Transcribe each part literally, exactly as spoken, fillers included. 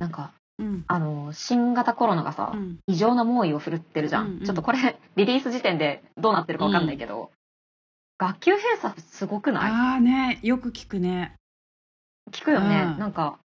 なんか、 うん、 あの新型コロナがさ、 うん、 異常な猛威を振るってるじゃん、 うんうん、 ちょっとこれリリース時点でどうなってるか分かんないけど、うん、学級閉鎖すごくない？ ああね、よく聞くね。 聞くよね、 うん、 なんか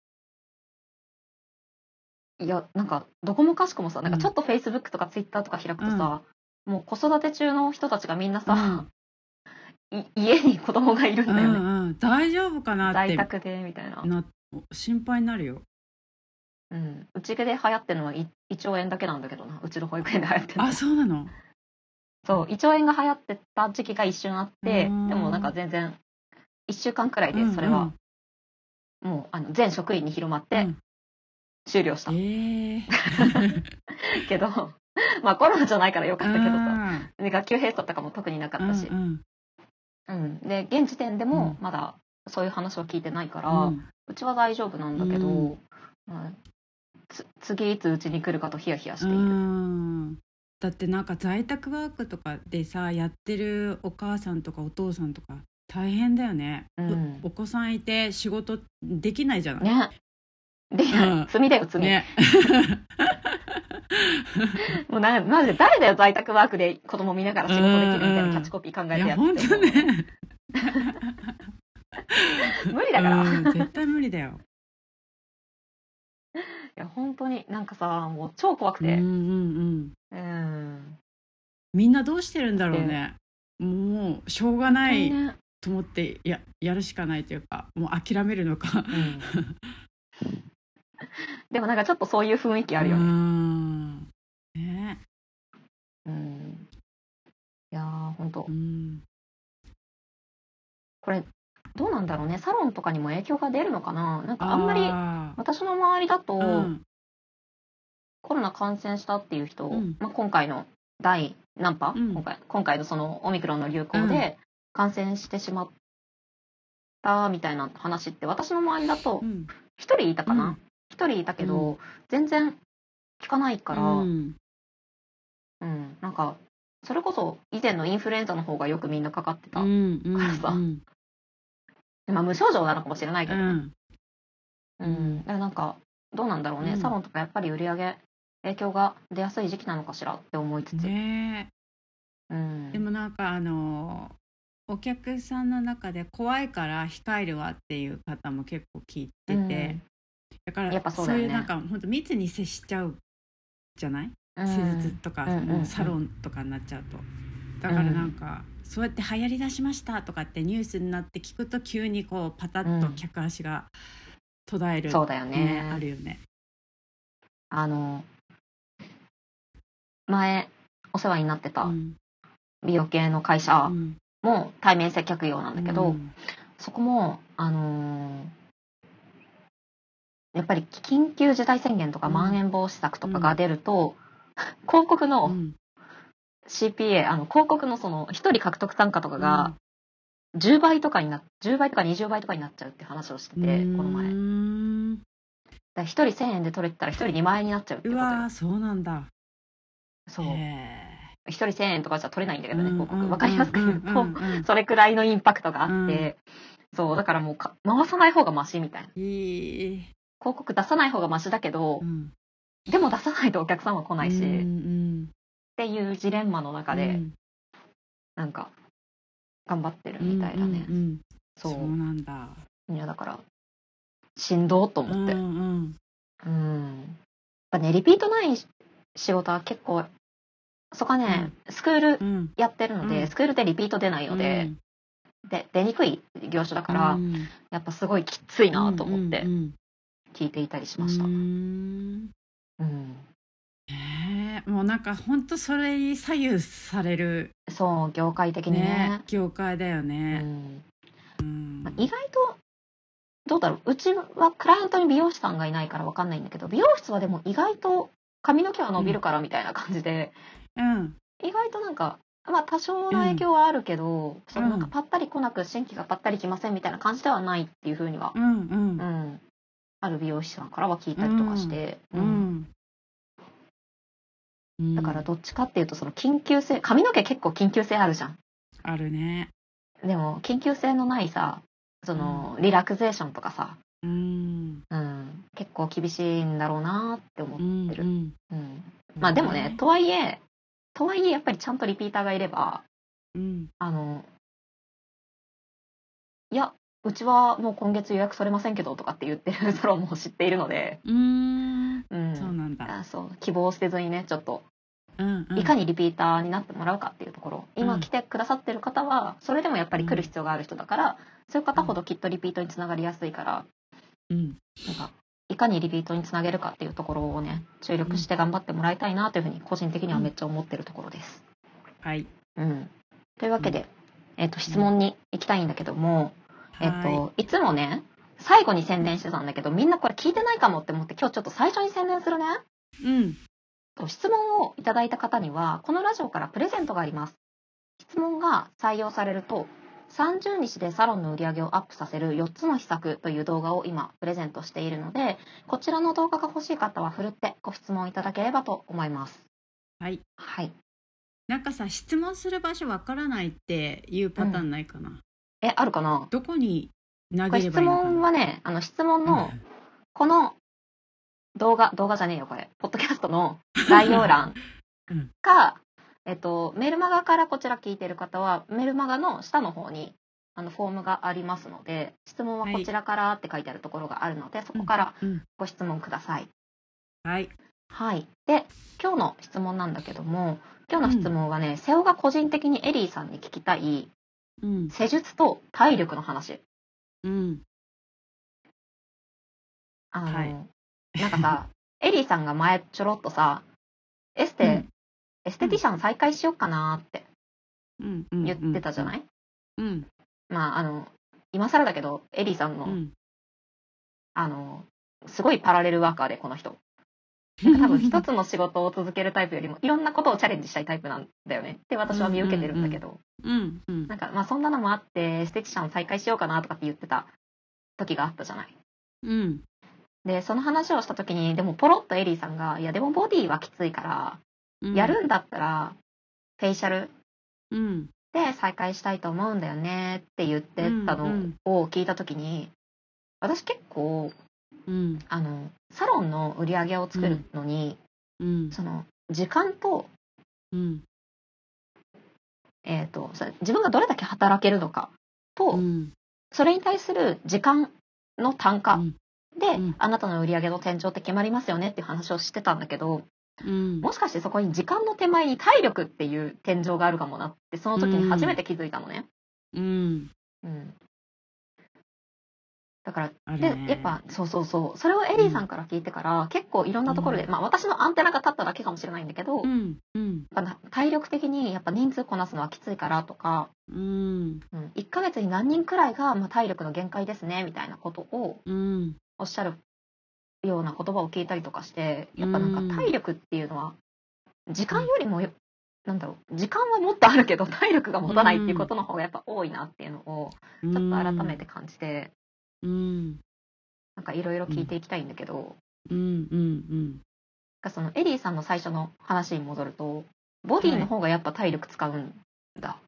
いやなんかどこもかしくもさ、なんかちょっとフェイスブックとかツイッターとか開くとさ、うん、もう子育て中の人たちがみんなさ、うん、い家に子供がいるんだよね、 うんうん、大丈夫かなって在宅でみたいなな心配になるよ。 うん、うちで流行ってるのは胃腸炎だけなんだけどな、うちの保育園で流行ってるのは。 あ、そうなの？ そう、胃腸炎が流行ってた時期が一瞬あって、でもなんか全然いっしゅうかんくらいでそれはもうあの全職員に広まって終了した、うん、えー、けどまあコロナじゃないからよかったけどさ、で学級閉鎖とかも特になかったし、うんうん、で現時点でもまだそういう話は聞いてないから、うん、うちは大丈夫なんだけど、うんまあ、つ次いつうちに来るかとヒヤヒヤしている。うん、 だってなんか在宅ワークとかでさやってるお母さんとかお父さんとか大変だよね、うん、お, お子さんいて仕事できないじゃない。 ね、できない、うん、罪だよ罪、ね、もうなマジで誰だよ在宅ワークで子供見ながら仕事できるみたいなキャッチコピー考えてやってて、うん、いや本当ね無理だから、うん、 絶対無理だよ。 いや本当になんかさもう超怖くて、うんうんうん、うん、 みんなどうしてるんだろうね。もうしょうがないと思ってや、やるしかないというか、もう諦めるのか、うん、 でもなんかちょっとそういう雰囲気あるよね。 うんね、 うん、いやー本当、うん、これどうなんだろうね、サロンとかにも影響が出るのかな。なんかあんまり私の周りだと、うん、コロナ感染したっていう人、うんまあ、今回の第何波、うん、今回今回のそのオミクロンの流行で感染してしまったみたいな話って私の周りだとひとりいたかな、ひとりいたけど、うん、全然聞かないから、うんうん、なんかそれこそ以前のインフルエンザの方がよくみんなかかってたからさ、うんうん、まあ無症状なのかもしれないけどね、うんうん、だからなんかどうなんだろうね、うん、サロンとかやっぱり売り上げ影響が出やすい時期なのかしらって思いつつ、ねうん、 でもなんかあのお客さんの中で怖いから控えるわっていう方も結構聞いてて、うん、だからやっぱそうだよね、そういうなんか本当密に接しちゃうじゃない、うん、施術とか、うん、もうサロンとかになっちゃうと、だからなんか、うん、そうやって流行りだしましたとかってニュースになって聞くと急にこうパタッと客足が途絶える、 うん、そうだよね、 あるよね。 あの前お世話になってた美容系の会社も対面接客用なんだけど、うん、そこもあのー、やっぱり緊急事態宣言とかまん延防止策とかが出ると、うん、広告の シーピーエー、あの広告のそのひとり獲得単価とかがじゅうばいとかになじゅうばいとかにじゅうばいとかになっちゃうって話をしてて、この前だひとりせんえんで取れてたらひとりにまんえんになっちゃうってことよ。うわそうなんだ。 そうひとりせんえんとかじゃ取れないんだけどね、広告わかりやすく言うとそれくらいのインパクトがあって、うん、そうだからもうか回さない方がマシみたいな、えー、広告出さない方がマシだけど、うん、でも出さないとお客さんは来ないし、うんうん、っていうジレンマの中で、うん、なんか頑張ってるみたいだね、うんうんうん、 そう、そうなんだ。 いやだからしんどーと思って、うんうんうん、やっぱねリピートない仕事は結構そこはね、うん、スクールやってるので、うん、スクールでリピート出ないので、うん、で出にくい業種だから、うん、やっぱすごいきついなと思って聞いていたりしました。うんうん、えー、もうなんか本当それに左右される、 そう業界的に ね, ね業界だよね、 うんうんまあ、意外とどうだろう、うちはクライアントに美容師さんがいないから分かんないんだけど、美容室はでも意外と髪の毛は伸びるからみたいな感じで、うん、意外となんかまあ多少の影響はあるけど、うん、そのなんかパッタリ来なく新規がパッタリ来ませんみたいな感じではないっていう風には、うんうんうん、ある美容師さんからは聞いたりとかして、うんうん、だからどっちかっていうとその緊急性、髪の毛結構緊急性あるじゃん。 あるね。 でも緊急性のないさその、うん、リラクゼーションとかさ、うん、 うんうん、結構厳しいんだろうなって思ってる、うんうん、まあでもね、とはいえとはいえやっぱりちゃんとリピーターがいれば、うん、あのいやうちはもう今月予約されませんけどとかって言ってるサロンも知っているので、 うーん、うん、そうなんだ。 あ、そう希望を捨てずにね、ちょっと、うんうん、いかにリピーターになってもらうかっていうところ、今来てくださってる方はそれでもやっぱり来る必要がある人だから、うん、そういう方ほどきっとリピートにつながりやすいから、うん、なんかいかにリピートにつなげるかっていうところをね、注力して頑張ってもらいたいなというふうに個人的にはめっちゃ思ってるところです。 うん、はい、 うん、というわけで、うん、えーと、質問に行きたいんだけども、うん、えーと、いつもね最後に宣伝してたんだけど、みんなこれ聞いてないかもって思って、今日ちょっと最初に宣伝するね。うん。質問をいただいた方にはこのラジオからプレゼントがあります。質問が採用されるとさんじゅうにちでサロンの売り上げをアップさせるよっつの秘策という動画を今プレゼントしているので、こちらの動画が欲しい方はふるってご質問いただければと思います。 はい。 はい。 なんかさ、質問する場所わからないっていうパターンないかな。うん、 え、あるかな。 どこに投げればいいのかな。 これ質問はね、あの質問のこの動画動画じゃねえよこれポッドキャストの概要欄か、うん、えっと、メルマガからこちら聞いてる方はメルマガの下の方にあのフォームがありますので、質問はこちらからって書いてあるところがあるので、はい、そこからご質問ください。 はい、 はい、で今日の質問なんだけども、今日の質問はね、うん、瀬尾が個人的にエリーさんに聞きたい、うん、施術と体力の話。うん、あの、はい、なんかさエリーさんが前ちょろっとさエステ、うん、エステティシャン再開しようかなって言ってたじゃない。うん、まああの今更だけどエリーさんの、うん、あのすごいパラレルワーカーでこの人なんか多分一つの仕事を続けるタイプよりもいろんなことをチャレンジしたいタイプなんだよねって私は見受けてるんだけど、うんうん、なんかまあそんなのもあってエステティシャン再開しようかなとかって言ってた時があったじゃない。うん、でその話をした時にでもポロッとエリーさんがいやでもボディはきついから、うん、やるんだったらフェイシャルで再開したいと思うんだよねって言ってたのを聞いた時に、私結構、うん、あのサロンの売り上げを作るのに、うん、その時間と、うん、えーと、自分がどれだけ働けるのかと、うん、それに対する時間の単価で、うん、あなたの売り上げの天井って決まりますよねっていう話をしてたんだけど、うん、もしかしてそこに時間の手前に体力っていう天井があるかもなってその時に初めて気づいたのね。うんうん、だからでやっぱそうそうそうそれをエリーさんから聞いてから、うん、結構いろんなところで、まあ、私のアンテナが立っただけかもしれないんだけど、うんうん、体力的にやっぱ人数こなすのはきついからとか、うんうん、いっかげつに何人くらいが、まあ、体力の限界ですねみたいなことをおっしゃるような言葉を聞いたりとかして、やっぱなんか体力っていうのは時間よりも、うん、なんだろう時間はもっとあるけど体力が持たないっていうことの方がやっぱ多いなっていうのをちょっと改めて感じて、うん、なんかいろいろ聞いていきたいんだけど、うんうんうん、そのエリーさんの最初の話に戻るとボディの方がやっぱ体力使うんだ。はい、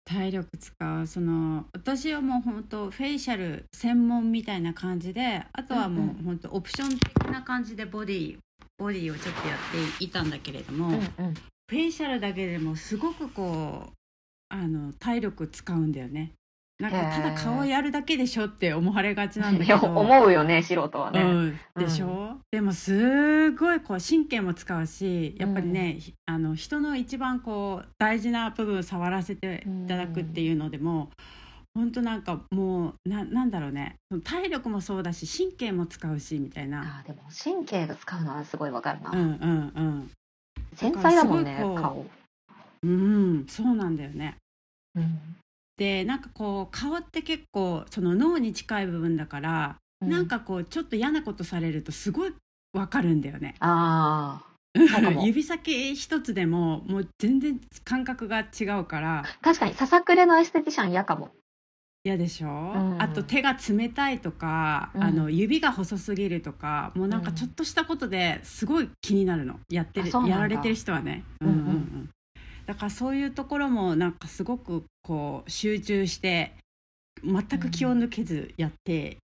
体力使う。その私はもう本当フェイシャル専門みたいな感じで、あとはもう本当オプション的な感じでボディボディをちょっとやっていたんだけれども、うんうん、フェイシャルだけでもすごくこうあの体力使うんだよね。なんかただ顔やるだけでしょって思われがちなんだけど、 思うよね素人はね、うん、でしょ、うん、でもすごいこう神経も使うし、やっぱりね、うん、あの人の一番こう大事な部分を触らせていただくっていうのでも、うん、本当なんかもう な, なんだろうね、体力もそうだし神経も使うしみたいな。 あでも神経が使うのはすごいわかるな。 うんうんうん。 繊細だもんね顔。 うんそうなんだよね。うんでなんかこう顔って結構その脳に近い部分だから、うん、なんかこうちょっと嫌なことされるとすごいわかるんだよね。あ指先一つでももう全然感覚が違うから。 確かにささくれのエステティシャン嫌かも。 嫌でしょ、うん、あと手が冷たいとか、うん、あの指が細すぎるとか、もうなんかちょっとしたことですごい気になるの、やってるやられてる人はね。うんうんうん、だからそういうところもなんかすごくこう集中して全く気を抜けずやって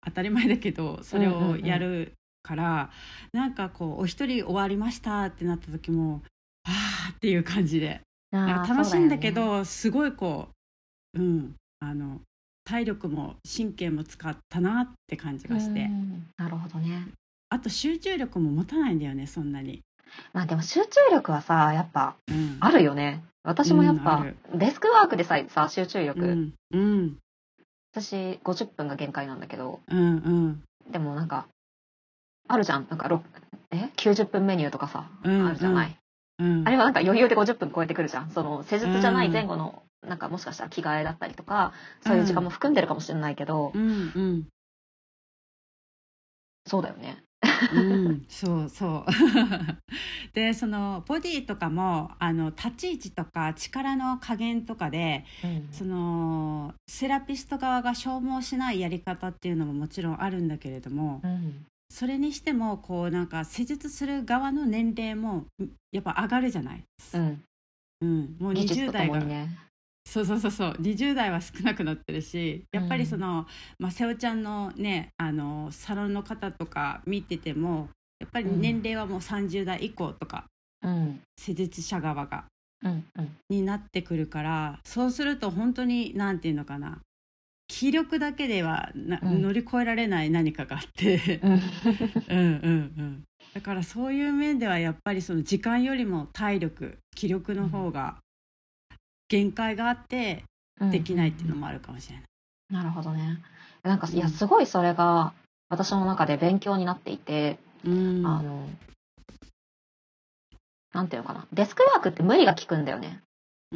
当たり前だけどそれをやるから、うんうんうん、なんかこうお一人終わりましたってなった時もあーっていう感じでなんか楽しいんだけど、ね、すごいこう、うん、あの体力も神経も使ったなって感じがして。 なるほどね。 あと集中力も持たないんだよねそんなに。 まあでも集中力はさやっぱあるよね、うん、私もやっぱ、うん、デスクワークでさえさ集中力、 うんうん、 私ごじゅっぷんが限界なんだけど、 うんうん、 でもなんかあるじゃんなんかえきゅうじゅっぷんメニューとかさ、うんうん、あるじゃない、うん、あれはなんか余裕でごじゅっぷん超えてくるじゃん。その施術じゃない前後の、うん、なんかもしかしたら着替えだったりとかそういう時間も含んでるかもしれないけど、 うんうん、 そうだよね。 うん、そうそうでそのボディとかもあの立ち位置とか力の加減とかで、うん、そのセラピスト側が消耗しないやり方っていうのももちろんあるんだけれども、うん、それにしてもこうなんか施術する側の年齢もやっぱ上がるじゃない、 うんうん、もうにじゅう代が、ね、そうそうそうそうにじゅう代は少なくなってるしやっぱりその、うんまあ、瀬尾ちゃんのねあのサロンの方とか見ててもやっぱり年齢はもうさんじゅう代以降とか、うん、施術者側が、うんうん、になってくるからそうすると本当になんていうのかな気力だけではな、うん、乗り越えられない何かがあってうんうんうんうんだからそういう面ではやっぱりその時間よりも体力気力の方が限界があってできないっていうのもあるかもしれない、 うんうんうん、なるほどね。なんか、うん、いやすごいそれが私の中で勉強になっていて、うん、あのなんていうのかなデスクワークって無理が効くんだよね、うん、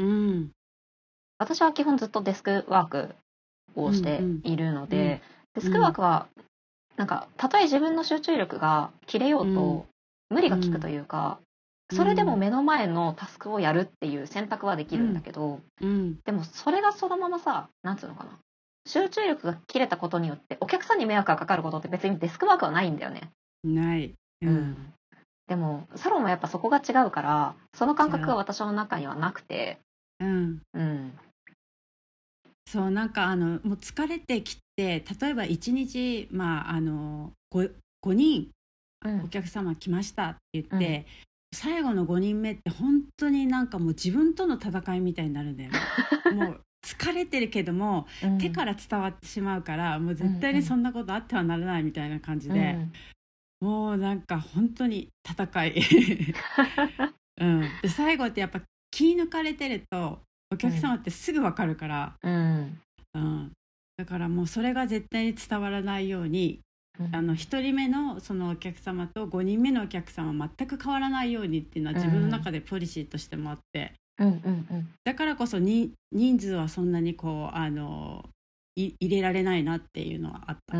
私は基本ずっとデスクワークをしているので、うんうん、デスクワークはなんかたとえ自分の集中力が切れようと無理が効くというか、うん、それでも目の前のタスクをやるっていう選択はできるんだけど、うんうん、でもそれがそのままさなんつうのかな集中力が切れたことによってお客さんに迷惑がかかることって別にデスクワークはないんだよね。 ない、うん、うん、 でもサロンはやっぱそこが違うからその感覚が私の中にはなくて、 うんうん、そうなんかあのもう疲れてきて例えばいちにち、まあ、あの 5, 5人お客様来ましたって言って、うん、最後のごにんめって本当になんかもう自分との戦いみたいになるんだよねもう疲れてるけども、うん、手から伝わってしまうからもう絶対にそんなことあってはならないみたいな感じで、うん、もうなんか本当に戦い、うん、で最後ってやっぱ気抜かれてるとお客様ってすぐ分かるから、うんうん、だからもうそれが絶対に伝わらないように、うん、あのひとりめのそのお客様とごにんめのお客様全く変わらないようにっていうのは自分の中でポリシーとしてもあって、うんうんうん、だからこそに人数はそんなにこうあのい入れられないなっていうのはあった。 うん、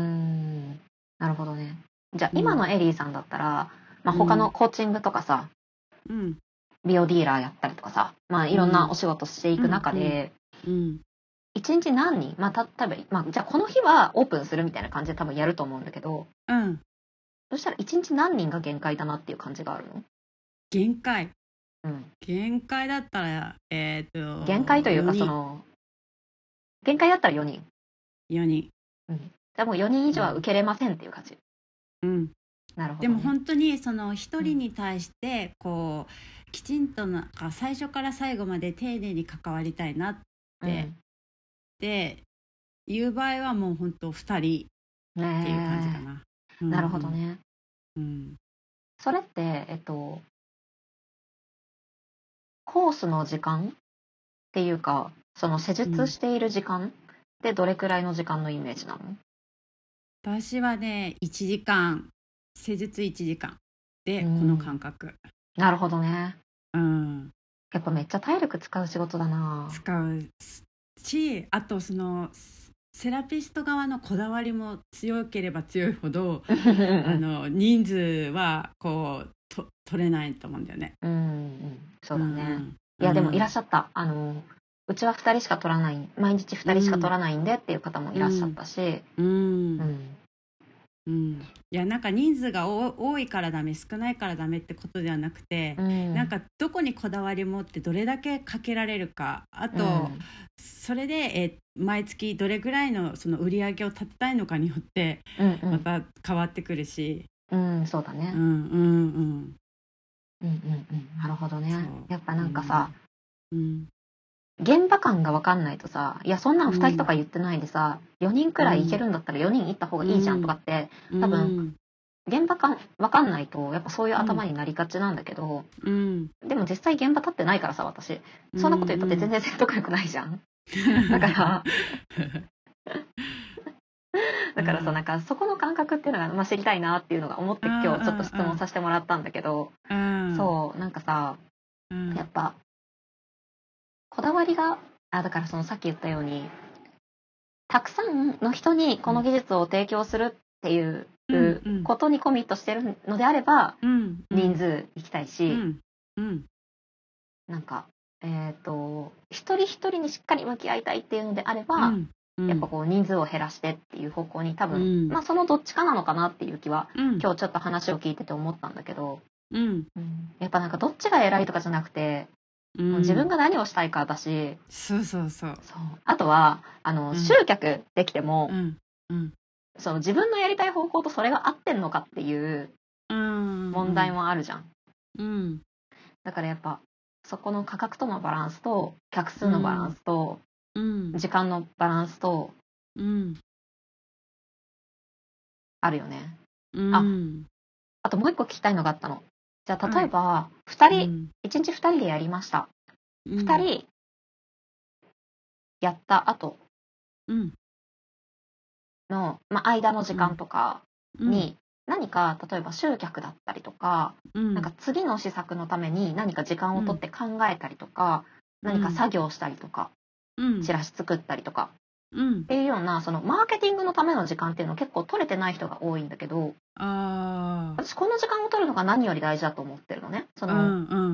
なるほどね。じゃあ今のエリーさんだったら、まあ、他のコーチングとかさ、うん、美容ディーラーやったりとかさ、まあ、いろんなお仕事していく中で、うんうんうん、いちにち何人、まあ、た例えば、まあ、じゃあこの日はオープンするみたいな感じで多分やると思うんだけど、うん、そしたらいちにち何人が限界だなっていう感じがあるの？ 限界、うん、限界だったら、えー、と限界というかその限界だったらよにんよにん、 うん、でもよにん以上は受けれませんっていう感じ、 うん、なるほどね。でも本当にそのひとりに対してこう、きちんとなんか最初から最後まで丁寧に関わりたいなって、うん、でいう場合はもう本当ふたりっていう感じかな、 うん、なるほどね、うん、それってえっとコースの時間っていうかその施術している時間ってどれくらいの時間のイメージなの？ 私はねいちじかん施術いちじかんでこの感覚、 うん、なるほどね、うん、やっぱめっちゃ体力使う仕事だな。 使うしあとそのセラピスト側のこだわりも強ければ強いほどあの人数はこうと取れないと思うんだよね。うん、うん、 そうだね、うん、いやでもいらっしゃったあのうちはふたりしか取らない毎日ふたりしか取らないんでっていう方もいらっしゃったし、うんうんうん、いやなんか人数が多いからダメ少ないからダメってことではなくて、うん、なんかどこにこだわり持ってどれだけかけられるかあと、うん、それでえ毎月どれぐらいのその売り上げを立てたいのかによってまた変わってくるし、 うんうん、そうだね、 うんうんうんうんうんうんなるほどね。やっぱなんかさ、うん、うん現場感が分かんないとさいやそんなんふたりとか言ってないでさ、うん、よにんくらい行けるんだったらよにん行った方がいいじゃんとかって、うん、多分現場感分かんないとやっぱそういう頭になりがちなんだけど、うん、でも実際現場立ってないからさ私そんなこと言ったって全然説得力ないじゃん、うん、だからだからさなんかそこの感覚っていうのが、まあ、知りたいなっていうのが思って今日ちょっと質問させてもらったんだけど、うん、そうなんかさ、うん、やっぱこだわりがあだからそのさっき言ったようにたくさんの人にこの技術を提供するっていうことにコミットしてるのであれば、うんうん、人数行きたいし、うんうん、なんかえっと一人一人にしっかり向き合いたいっていうのであれば、うんうん、やっぱこう人数を減らしてっていう方向に多分、うん、まあそのどっちかなのかなっていう気は、うん、今日ちょっと話を聞いてて思ったんだけど、うんうん、やっぱなんかどっちが偉いとかじゃなくてうん、自分が何をしたいかだし、 そうそうそう。 そうあとはあの、うん、集客できても、うんうん、その自分のやりたい方向とそれが合ってんのかっていう問題もあるじゃん。うん、だからやっぱそこの価格とのバランスと客数のバランスと、うん、時間のバランスと、うん、あるよね。うん、ああともう一個聞きたいのがあったの。じゃあ例えば、はい、ふたり、うん、いちにちふたりでやりました。うん、ふたりやった後の、まあ、間の時間とかに何か例えば集客だったりとか、うん、なんか次の施策のために何か時間を取って考えたりとか、うん、何か作業したりとか、うん、チラシ作ったりとか、うん、っていうようなそのマーケティングのための時間っていうのは結構取れてない人が多いんだけど、あ私この時間を取るのが何より大事だと思ってるのね。その、うんうん、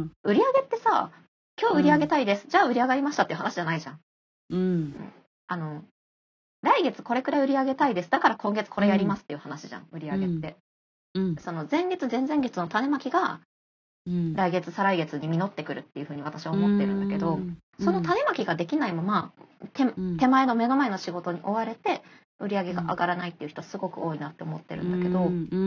売り上げってさ今日売り上げたいです、うん、じゃあ売り上がりましたっていう話じゃないじゃん。うん、あの来月これくらい売り上げたいですだから今月これやりますっていう話じゃん、うん、売り上げって、うん、その前月前々月の種まきが、うん、来月再来月に実ってくるっていうふうに私は思ってるんだけど、うん、その種まきができないまま 手, 手前の目の前の仕事に追われて売り上げが上がらないっていう人すごく多いなって思ってるんだけど、うんうんうん、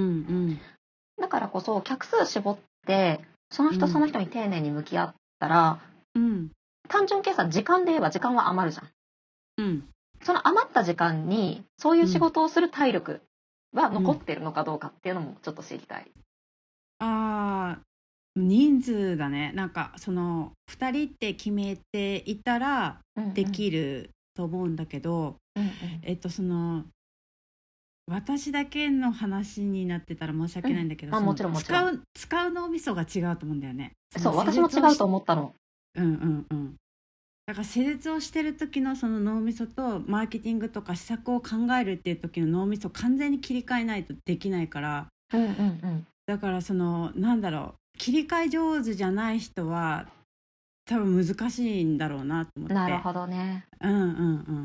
だからこそ客数絞ってその人その人に丁寧に向き合ったら、うん、単純計算時間で言えば時間は余るじゃん、うん、その余った時間にそういう仕事をする体力は残ってるのかどうかっていうのもちょっと知りたい、 うん、あ人数だね。なんかそのふたりって決めていたらできると思うんだけど、うんうん、えっとその私だけの話になってたら申し訳ないんだけど、うん、あもちろんもちろん使う使う脳みそが違うと思うんだよね。 そう私も違うと思ったの。 うんうんうん。だから施術をしてる時のその脳みそとマーケティングとか施策を考えるっていう時の脳みそを完全に切り替えないとできないから、うんうんうん、だからそのなんだろう切り替え上手じゃない人は多分難しいんだろうなと思って。 なるほどね。 うんうんうん。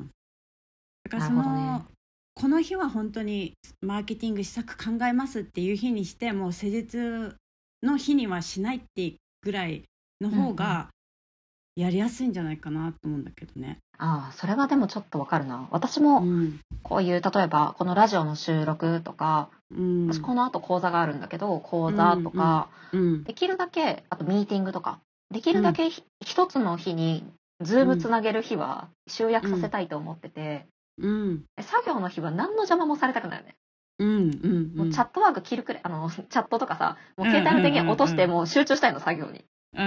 だからその、ね、この日は本当にマーケティング施策考えますっていう日にしてもう施術の日にはしないっていうぐらいの方がやりやすいんじゃないかなと思うんだけどね。 うんうん、ああそれはでもちょっとわかるな。私もこういう、例えばこのラジオの収録とか、うん、私この後講座があるんだけど講座とか、うんうん、できるだけあとミーティングとかできるだけ一つの日にズームつなげる日は集約させたいと思ってて、うん、作業の日は何の邪魔もされたくないよね。うんうんうん、もうチャットワーク切るくらいあのチャットとかさもう携帯の電源落としてもう集中したいの作業に、うんうん、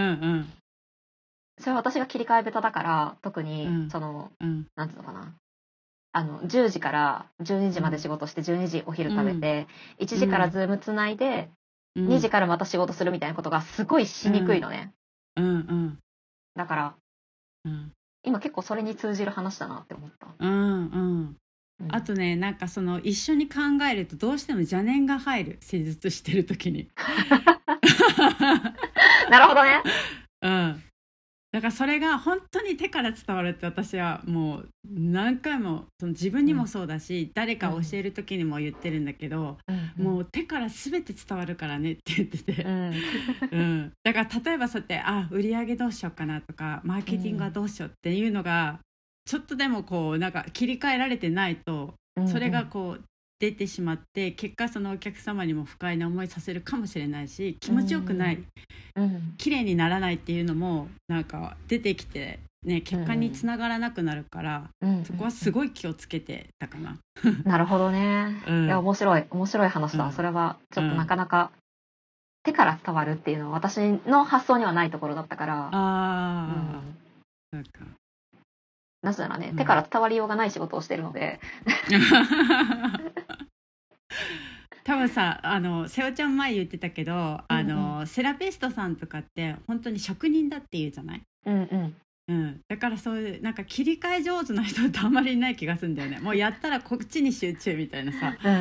それは私が切り替え下手だから特に、うん、その、うん、なんていうのかなあのじゅうじからじゅうにじまで仕事してじゅうにじお昼食べて、うん、いちじからズームつないで、うん、にじからまた仕事するみたいなことがすごいしにくいのね、うんうんうん、だから、うん、今結構それに通じる話だなって思った、うんうんうん、あとねなんかその一緒に考えるとどうしても邪念が入る施術してる時になるほどね、 うん、 だからそれが本当に手から伝わるって私はもう何回もその自分にもそうだし、うん、誰か教える時にも言ってるんだけど、うん、もう手から全て伝わるからねって言ってて、うんうん、だから例えばそうやってあ売り上げどうしようかなとかマーケティングはどうしようっていうのがちょっとでもこうなんか切り替えられてないとそれがこう出てしまって結果そのお客様にも不快な思いさせるかもしれないし気持ちよくない、うんうん、綺麗にならないっていうのもなんか出てきて、ね、結果につながらなくなるから、うんうん、そこはすごい気をつけてたかな。 なるほどね、うん、いや面白い面白い話だ、うん、それはちょっとなかなか手から伝わるっていうのは私の発想にはないところだったから。あ、うん、なんかなぜならね、うん、手から伝わりようがない仕事をしてるので多分さあの瀬尾ちゃん前言ってたけど、うんうん、あのセラピストさんとかって本当に職人だって言うじゃない、うんうんうん、だからそういうなんか切り替え上手な人ってあんまりいない気がするんだよね。もうやったらこっちに集中みたいなさうんうん、うん、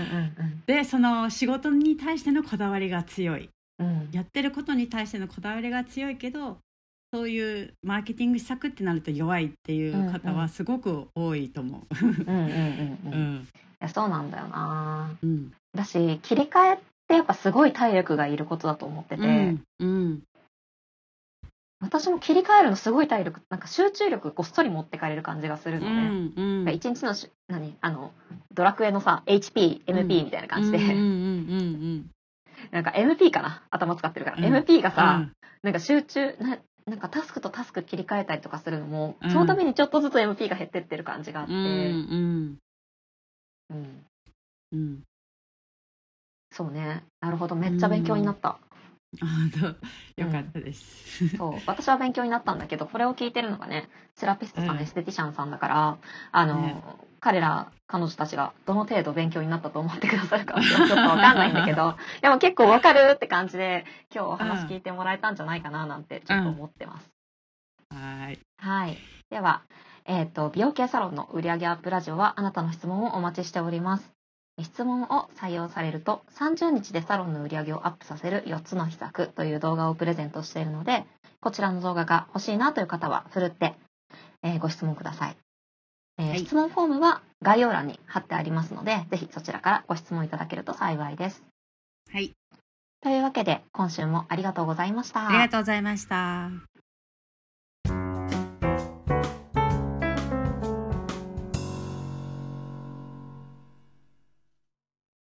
でその仕事に対してのこだわりが強い、うん、やってることに対してのこだわりが強いけどそういうマーケティング施策ってなると弱いっていう方はすごく多いと思う。うんうんうんうん、 うん、いやそうなんだよな、うん、だし切り替えってやっぱすごい体力がいることだと思ってて、うんうん、私も切り替えるのすごい体力なんか集中力ごっそり持ってかれる感じがするのね、うんうん、一日のし何あのドラクエのさ エイチピー、エムピー みたいな感じでなんか エムピー かな頭使ってるから、うん、エムピー がさ、うん、なんか集中ななんかタスクとタスク切り替えたりとかするのも、うん、そのためにちょっとずつ エムピー が減ってってる感じがあって、うんうんうんうん、そうねなるほどめっちゃ勉強になった、 うん、あよかったです、 うん、そう私は勉強になったんだけどこれを聞いてるのがねセラピストさん、うん、エステティシャンさんだからあの、ね、彼ら彼女たちがどの程度勉強になったと思ってくださるかちょっとわかんないんだけどでも結構わかるって感じで今日お話聞いてもらえたんじゃないかななんてちょっと思ってます、うん、はいはいでは、えーと、美容系サロンの売上アップラジオはあなたの質問をお待ちしております。質問を採用されるとさんじゅうにちでサロンの売り上げをアップさせるよっつの秘策という動画をプレゼントしているのでこちらの動画が欲しいなという方はふるって、えー、ご質問ください、えーはい、質問フォームは概要欄に貼ってありますのでぜひそちらからご質問いただけると幸いです。はいというわけで今週もありがとうございました。 ありがとうございました。